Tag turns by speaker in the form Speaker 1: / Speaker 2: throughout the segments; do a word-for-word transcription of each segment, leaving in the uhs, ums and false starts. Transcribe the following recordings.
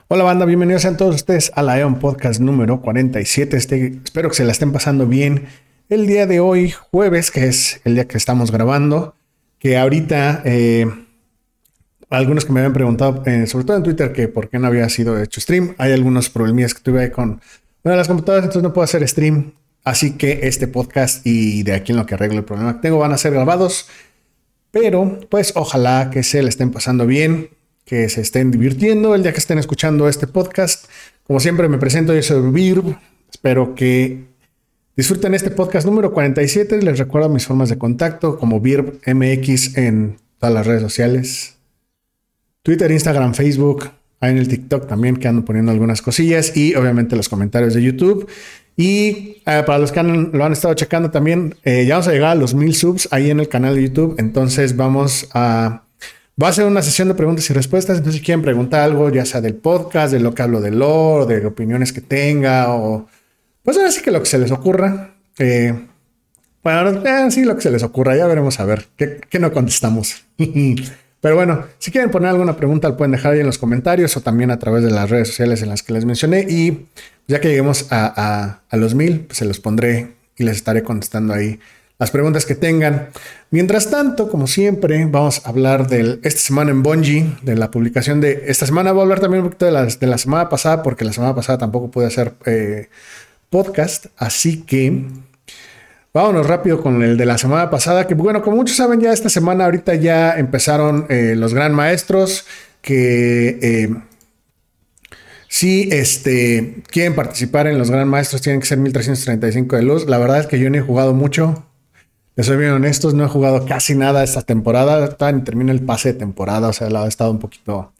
Speaker 1: Hola banda, bienvenidos sean todos ustedes a la E O N Podcast número cuarenta y siete. Este, espero que se la estén pasando bien el día de hoy, jueves, que es el día que estamos grabando. Que ahorita, eh, algunos que me habían preguntado, eh, sobre todo en Twitter, que por qué no había sido hecho stream. Hay algunos problemillas que tuve ahí con una de las computadoras, entonces no puedo hacer stream. Así que este podcast y de aquí en lo que arreglo el problema que tengo van a ser grabados. Pero pues ojalá que se le estén pasando bien, que se estén divirtiendo el día que estén escuchando este podcast. Como siempre me presento, yo soy Virb. Espero que disfruten este podcast número cuarenta y siete. Les recuerdo mis formas de contacto como Virb M X en todas las redes sociales. Twitter, Instagram, Facebook, ahí en el TikTok también que ando poniendo algunas cosillas y obviamente los comentarios de YouTube. Y eh, para los que han, lo han estado checando también, eh, ya vamos a llegar a los mil subs ahí en el canal de YouTube. Entonces vamos a... Va a ser una sesión de preguntas y respuestas. Entonces si quieren preguntar algo, ya sea del podcast, de lo que hablo de lore, de opiniones que tenga, o pues ahora sí que lo que se les ocurra. Eh, bueno, eh, sí, lo que se les ocurra. Ya veremos a ver qué, qué no contestamos. Pero bueno, si quieren poner alguna pregunta, lo pueden dejar ahí en los comentarios o también a través de las redes sociales en las que les mencioné. Y ya que lleguemos a, a, a los mil, pues se los pondré y les estaré contestando ahí las preguntas que tengan. Mientras tanto, como siempre, vamos a hablar de esta semana en Bungie, de la publicación de esta semana. Voy a hablar también un poquito de la, de la semana pasada, porque la semana pasada tampoco pude hacer eh, podcast. Así que vámonos rápido con el de la semana pasada, que bueno, como muchos saben, ya esta semana ahorita ya empezaron eh, los gran maestros que... Eh, Si este, quieren participar en los Gran Maestros, tienen que ser mil trescientos treinta y cinco de luz. La verdad es que yo no he jugado mucho. Les soy bien honestos, no he jugado casi nada esta temporada. Todavía ni termino el pase de temporada, o sea, la he estado un poquito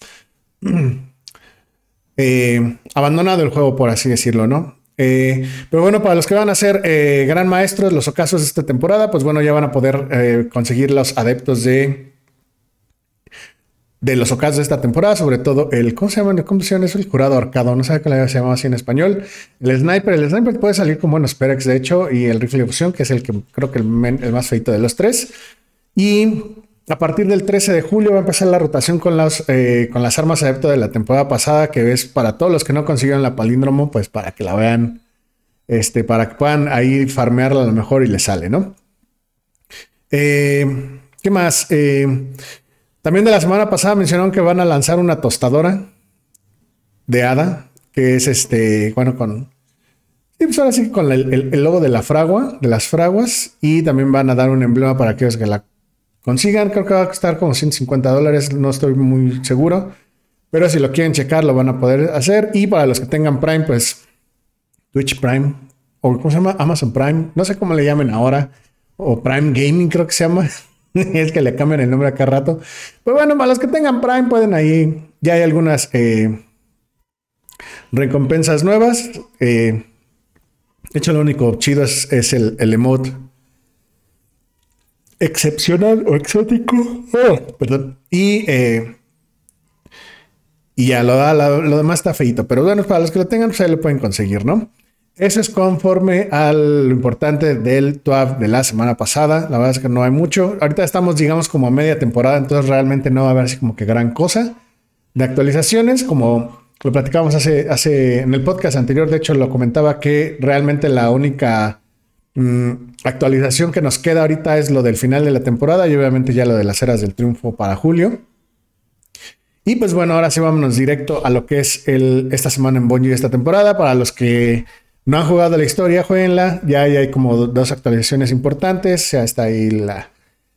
Speaker 1: eh, abandonado el juego, por así decirlo, ¿no? Eh, pero bueno, para los que van a ser eh, Gran Maestros, los ocasos de esta temporada, pues bueno, ya van a poder eh, conseguir los adeptos de... de los ocasos de esta temporada, sobre todo el, ¿cómo se llama? ¿Cómo se llama eso? El jurado ahorcado, no sé cómo se llama así en español. El sniper, el sniper puede salir con buenos perks, de hecho, y el rifle de fusión, que es el que creo que el, men, el más feito de los tres. Y a partir del trece de julio va a empezar la rotación con, los, eh, con las armas adepto de la temporada pasada, que es para todos los que no consiguieron la palíndromo, pues para que la vean, este, para que puedan ahí farmearla a lo mejor y les sale, ¿no? Eh, ¿Qué más? Eh... También de la semana pasada mencionaron que van a lanzar una tostadora de hada, que es este, bueno, con, sí, pues ahora sí, con el, el, el logo de la fragua, de las fraguas, y también van a dar un emblema para aquellos que la consigan. Creo que va a costar como ciento cincuenta dólares, no estoy muy seguro, pero si lo quieren checar lo van a poder hacer. Y para los que tengan Prime, pues Twitch Prime, o ¿cómo se llama? Amazon Prime, no sé cómo le llamen ahora, o Prime Gaming creo que se llama. Es que le cambian el nombre a cada rato. Pues bueno, para los que tengan Prime pueden ahí. Ya hay algunas eh, recompensas nuevas. Eh, de hecho, lo único chido es, es el, el emote excepcional o exótico. Oh, perdón. Y, eh, y ya lo, lo, lo demás está feito. Pero bueno, para los que lo tengan, pues ahí lo pueden conseguir, ¿no? Eso es conforme a lo importante del T W A V de la semana pasada. La verdad es que no hay mucho. Ahorita estamos, digamos, como a media temporada, entonces realmente no va a haber así como que gran cosa de actualizaciones. Como lo platicamos hace, hace en el podcast anterior, de hecho lo comentaba que realmente la única mmm, actualización que nos queda ahorita es lo del final de la temporada y obviamente ya lo de las eras del triunfo para julio. Y pues bueno, ahora sí vámonos directo a lo que es el, esta semana en Bungie de esta temporada. Para los que no han jugado la historia, jueguenla. Ya hay, hay como dos actualizaciones importantes. Ya está ahí la,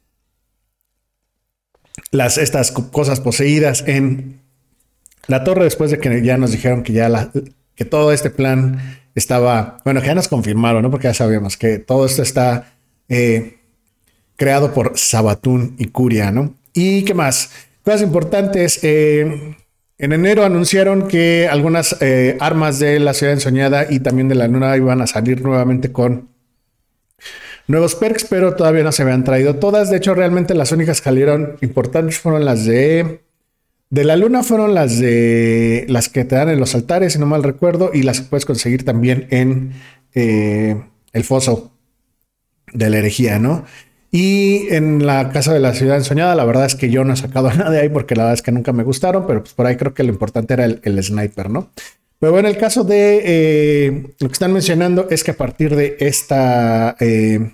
Speaker 1: las, estas cosas poseídas en la torre, después de que ya nos dijeron que ya la, que todo este plan estaba, bueno, que ya nos confirmaron, ¿no? Porque ya sabíamos que todo esto está eh, creado por Sabatún y Curia, ¿no? ¿Y qué más? Cosas importantes. Eh, En enero anunciaron que algunas eh, armas de la ciudad ensoñada y también de la luna iban a salir nuevamente con nuevos perks, pero todavía no se habían traído todas. De hecho, realmente las únicas que salieron importantes fueron las de... De la luna fueron las de... Las que te dan en los altares, si no mal recuerdo, y las que puedes conseguir también en eh, el foso de la herejía, ¿no? Y en la casa de la ciudad ensoñada, la verdad es que yo no he sacado nada de ahí porque la verdad es que nunca me gustaron, pero pues por ahí creo que lo importante era el, el sniper, ¿no? Pero bueno, el caso de eh, lo que están mencionando es que a partir de esta... Eh,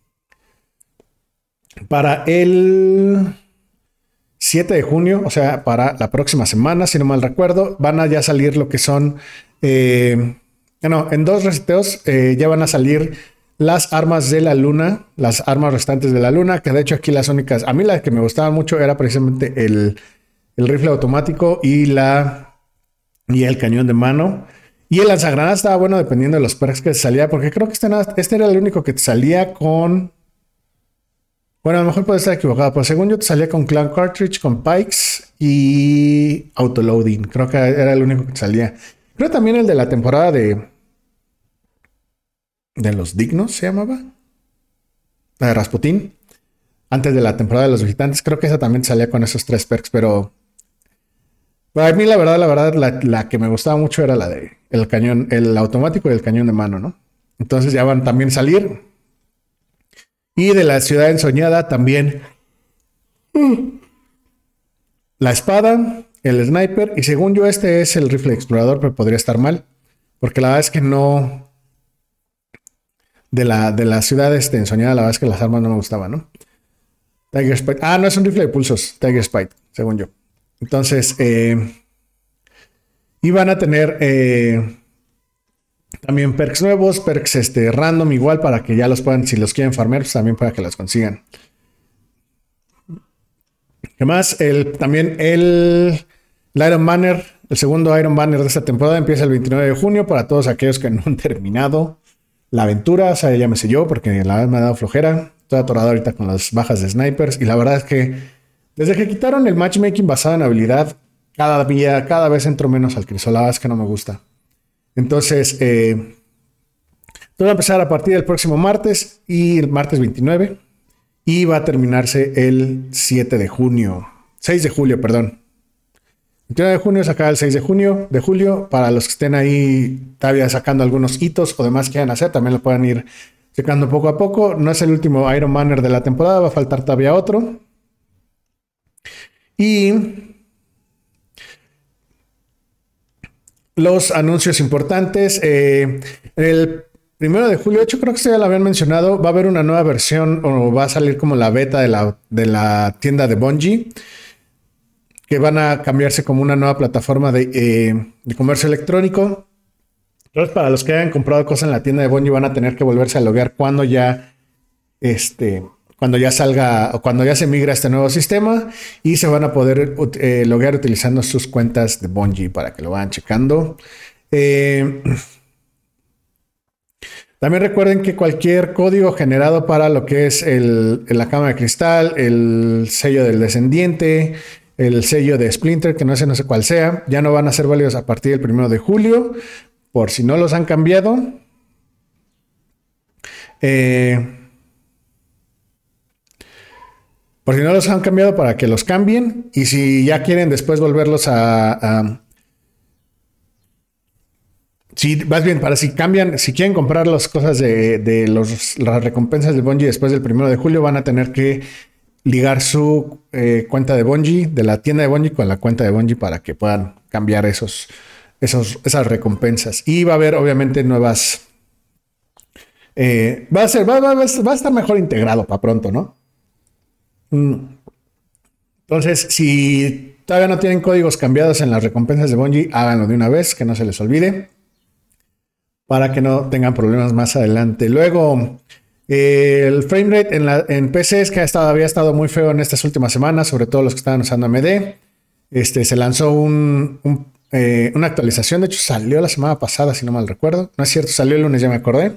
Speaker 1: para el siete de junio, o sea, para la próxima semana, si no mal recuerdo, van a ya salir lo que son... Eh, no, en dos reseteos eh, ya van a salir las armas de la luna, las armas restantes de la luna, que de hecho aquí las únicas, a mí la que me gustaba mucho era precisamente el, el rifle automático y, la, y el cañón de mano. Y el lanzagranadas estaba bueno dependiendo de los perks que salía, porque creo que este, este era el único que te salía con... Bueno, a lo mejor puede estar equivocado, pero según yo te salía con Clan Cartridge, con Pikes y Autoloading. Creo que era el único que te salía. Creo también el de la temporada de... de los dignos, ¿se llamaba? La de Rasputín. Antes de la temporada de los visitantes. Creo que esa también salía con esos tres perks, pero... Para mí, la verdad, la verdad, la, la que me gustaba mucho era la de el cañón, el automático y el cañón de mano, ¿no? Entonces ya van también a salir. Y de la ciudad ensoñada también la espada, el sniper, y según yo este es el rifle explorador, pero podría estar mal, porque la verdad es que no... De la, de la ciudad este, ensoñada, la verdad es que las armas no me gustaban, ¿no? Tiger Spite. Ah, no es un rifle de pulsos, Tiger Spite, según yo. Entonces, eh, y van a tener eh, también perks nuevos, perks este, random igual para que ya los puedan, si los quieren farmear, pues también para que los consigan. ¿Qué más? El, también el, el Iron Banner, el segundo Iron Banner de esta temporada empieza el veintinueve de junio para todos aquellos que no han terminado la aventura, o sea, ya me sé yo, porque la verdad me ha dado flojera. Estoy atorado ahorita con las bajas de snipers y la verdad es que desde que quitaron el matchmaking basado en habilidad, cada día, cada vez entro menos al crisol. La verdad es que no me gusta. Entonces, eh, todo va a empezar a partir del próximo martes y el martes veintinueve y va a terminarse el siete de junio. seis de julio, perdón. veintinueve de junio se acaba el seis de junio, de julio. Para los que estén ahí todavía sacando algunos hitos o demás que quieran hacer, también lo pueden ir checando poco a poco. No es el último Iron Banner de la temporada, va a faltar todavía otro. Y los anuncios importantes. Eh, el primero de julio, de hecho creo que ustedes ya lo habían mencionado, va a haber una nueva versión o va a salir como la beta de la, de la tienda de Bungie, que van a cambiarse como una nueva plataforma de, eh, de comercio electrónico. Entonces, para los que hayan comprado cosas en la tienda de Bungie, van a tener que volverse a loguear cuando ya, este, cuando ya salga o cuando ya se migra a este nuevo sistema y se van a poder eh, loguear utilizando sus cuentas de Bungie para que lo vayan checando. Eh, también recuerden que cualquier código generado para lo que es el, la cama de cristal, el sello del descendiente, el sello de Splinter, que no sé, no sé cuál sea, ya no van a ser válidos a partir del primero de julio, por si no los han cambiado. Eh, por si no los han cambiado, para que los cambien. Y si ya quieren después volverlos a... a si, más bien, para si cambian, si quieren comprar las cosas de, de los, las recompensas de Bungie después del primero de julio, van a tener que ligar su eh, cuenta de Bungie, de la tienda de Bungie, con la cuenta de Bungie para que puedan cambiar esos, esos, esas recompensas. Y va a haber obviamente nuevas... Eh, va a ser, va, va, va a estar mejor integrado para pronto, ¿no? Mm. Entonces, si todavía no tienen códigos cambiados en las recompensas de Bungie, háganlo de una vez, que no se les olvide, para que no tengan problemas más adelante. Luego... el framerate en, la, en P C es que ha estado, había estado muy feo en estas últimas semanas, sobre todo los que estaban usando A M D. Este, se lanzó un, un, eh, una actualización, de hecho salió la semana pasada, si no mal recuerdo. No es cierto, salió el lunes, ya me acordé.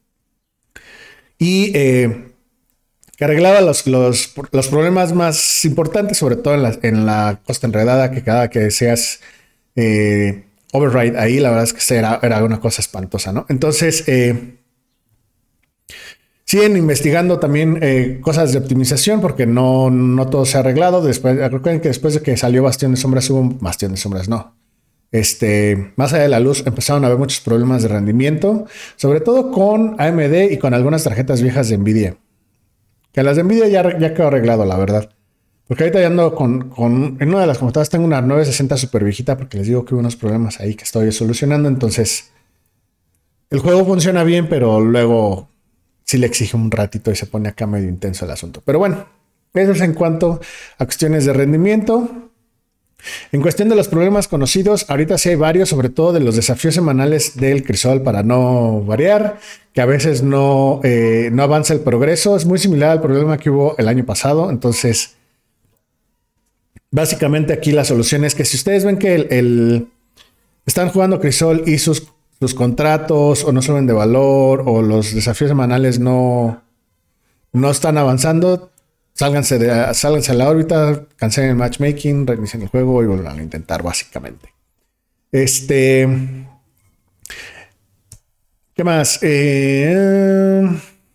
Speaker 1: Y eh, que arreglaba los, los, los problemas más importantes, sobre todo en la, en la costa enredada, que cada que seas eh, override ahí, la verdad es que era, era una cosa espantosa, ¿no? Entonces... Eh, siguen investigando también eh, cosas de optimización porque no, no todo se ha arreglado. Después, recuerden que después de que salió Bastión de Sombras hubo un Bastión de Sombras, no. Este, más allá de la luz empezaron a haber muchos problemas de rendimiento, sobre todo con A M D y con algunas tarjetas viejas de Nvidia. Que las de Nvidia ya, ya quedó arreglado, la verdad. Porque ahorita ya ando con, con... En una de las computadoras tengo una nueve sesenta super viejita porque les digo que hubo unos problemas ahí que estoy solucionando. Entonces, el juego funciona bien, pero luego sí le exige un ratito y se pone acá medio intenso el asunto. Pero bueno, eso es en cuanto a cuestiones de rendimiento. En cuestión de los problemas conocidos, ahorita sí hay varios, sobre todo de los desafíos semanales del Crisol para no variar, que a veces no, eh, no avanza el progreso. Es muy similar al problema que hubo el año pasado. Entonces, básicamente aquí la solución es que si ustedes ven que el, el están jugando Crisol y sus, sus contratos o no suben de valor o los desafíos semanales no, no están avanzando, sálganse de, sálganse a la órbita, cancelen el matchmaking, reinicien el juego y vuelvan a intentar básicamente. Este, ¿qué más? Eh...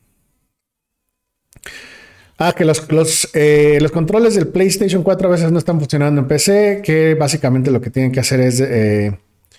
Speaker 1: Ah, que los, los, eh, los controles del PlayStation cuatro a veces no están funcionando en P C, que básicamente lo que tienen que hacer es eh,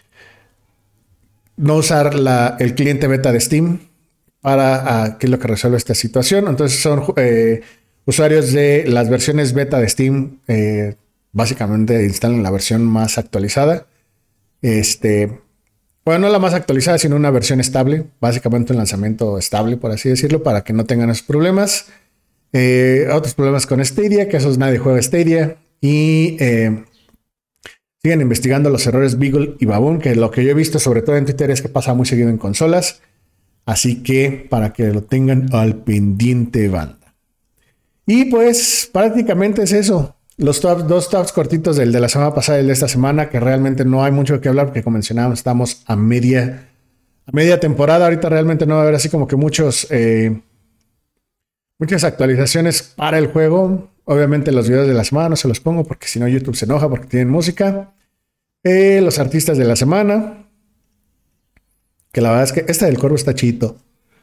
Speaker 1: no usar la, el cliente beta de Steam para uh, que es lo que resuelve esta situación. Entonces son eh, usuarios de las versiones beta de Steam, eh, básicamente instalan la versión más actualizada. Este, bueno, no la más actualizada, sino una versión estable, básicamente un lanzamiento estable, por así decirlo, para que no tengan esos problemas. Eh, otros problemas con Stadia, que esos nadie juega Stadia. Y eh, siguen investigando los errores Beagle y Baboon, que lo que yo he visto sobre todo en Twitter es que pasa muy seguido en consolas. Así que para que lo tengan al pendiente, banda. Y pues prácticamente es eso. Los top, dos tops cortitos del de la semana pasada y el de esta semana, que realmente no hay mucho que hablar porque como mencionábamos estamos a media, a media temporada. Ahorita realmente no va a haber así como que muchos... Eh, Muchas actualizaciones para el juego. Obviamente los videos de la semana no se los pongo porque si no YouTube se enoja porque tienen música. Eh, los artistas de la semana. Que la verdad es que esta del Corvo está chito.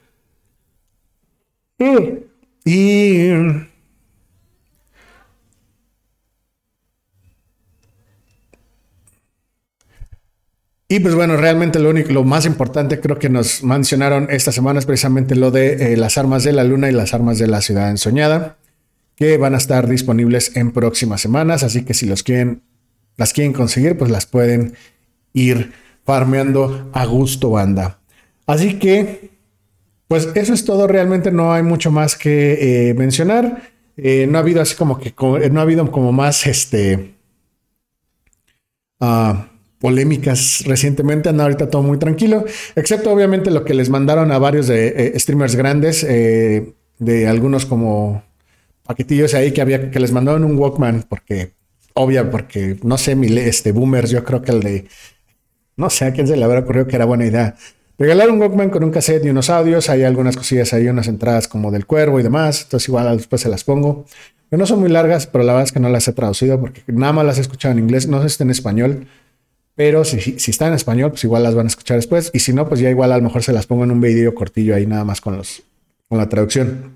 Speaker 1: Mm. Y... Y pues bueno, realmente lo único, lo más importante creo que nos mencionaron esta semana es precisamente lo de eh, las armas de la luna y las armas de la ciudad ensoñada, que van a estar disponibles en próximas semanas, así que si los quieren, las quieren conseguir, pues las pueden ir farmeando a gusto, banda. Así que, pues eso es todo, realmente no hay mucho más que eh, mencionar. Eh, no ha habido así como que, no ha habido como más, este... Uh, polémicas recientemente, anda ahorita todo muy tranquilo, excepto obviamente lo que les mandaron a varios de eh, streamers grandes, eh, de algunos como paquetillos ahí que había, que les mandaron un Walkman, porque, obvia, porque no sé, mi, este, boomers, yo creo que el de, no sé a quién se le habrá ocurrido que era buena idea, regalar un Walkman con un cassette y unos audios, hay algunas cosillas ahí, unas entradas como del Cuervo y demás, entonces igual después se las pongo, que no son muy largas, pero la verdad es que no las he traducido, porque nada más las he escuchado en inglés, no sé si está en español. Pero si, si está en español, pues igual las van a escuchar después. Y si no, pues ya igual a lo mejor se las pongo en un video cortillo ahí nada más con, los, con la traducción.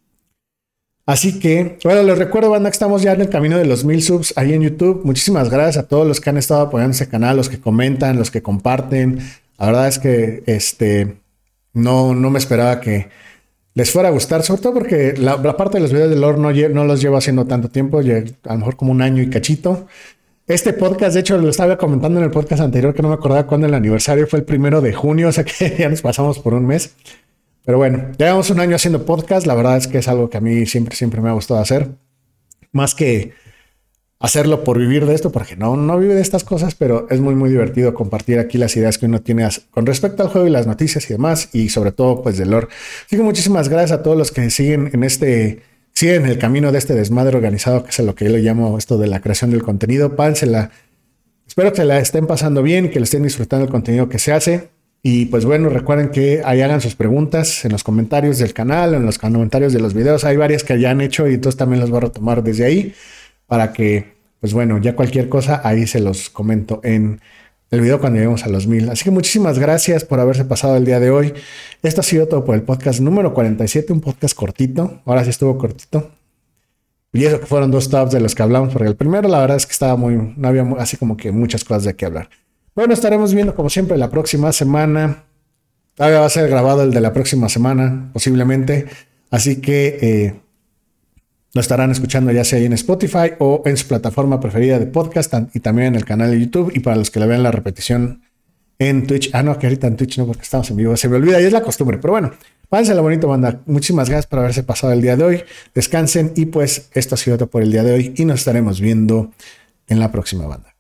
Speaker 1: Así que, bueno, les recuerdo, banda, que estamos ya en el camino de los mil subs ahí en YouTube. Muchísimas gracias a todos los que han estado apoyando este canal, los que comentan, los que comparten. La verdad es que este, no, no me esperaba que les fuera a gustar, sobre todo porque la, la parte de los videos de lore no, no los llevo haciendo tanto tiempo, ya a lo mejor como un año y cachito. Este podcast, de hecho, lo estaba comentando en el podcast anterior, que no me acordaba cuándo el aniversario fue, el primero de junio, o sea que ya nos pasamos por un mes. Pero bueno, llevamos un año haciendo podcast, la verdad es que es algo que a mí siempre, siempre me ha gustado hacer. Más que hacerlo por vivir de esto, porque no, no vive de estas cosas, pero es muy, muy divertido compartir aquí las ideas que uno tiene con respecto al juego y las noticias y demás, y sobre todo, pues, de lore. Así que muchísimas gracias a todos los que siguen en este... siguen el camino de este desmadre organizado, que es lo que yo le llamo esto de la creación del contenido. Pánsela. Espero que la estén pasando bien, que le estén disfrutando el contenido que se hace. Y pues bueno, recuerden que ahí hagan sus preguntas en los comentarios del canal, en los comentarios de los videos. Hay varias que ya han hecho y entonces también los voy a retomar desde ahí para que, pues bueno, ya cualquier cosa ahí se los comento en el video cuando lleguemos a los mil. Así que muchísimas gracias por haberse pasado el día de hoy. Esto ha sido todo por el podcast número cuarenta y siete, un podcast cortito. Ahora sí estuvo cortito. Y eso que fueron dos tops de los que hablamos, porque el primero la verdad es que estaba muy, no había así como que muchas cosas de qué hablar. Bueno, estaremos viendo como siempre la próxima semana. Todavía va a ser grabado el de la próxima semana, posiblemente. Así que, eh, lo estarán escuchando ya sea ahí en Spotify o en su plataforma preferida de podcast y también en el canal de YouTube. Y para los que la vean la repetición en Twitch. Ah, no, que ahorita en Twitch no, porque estamos en vivo. Se me olvida y es la costumbre. Pero bueno, pásensela bonito, banda. Muchísimas gracias por haberse pasado el día de hoy. Descansen y pues esto ha sido todo por el día de hoy y nos estaremos viendo en la próxima, banda.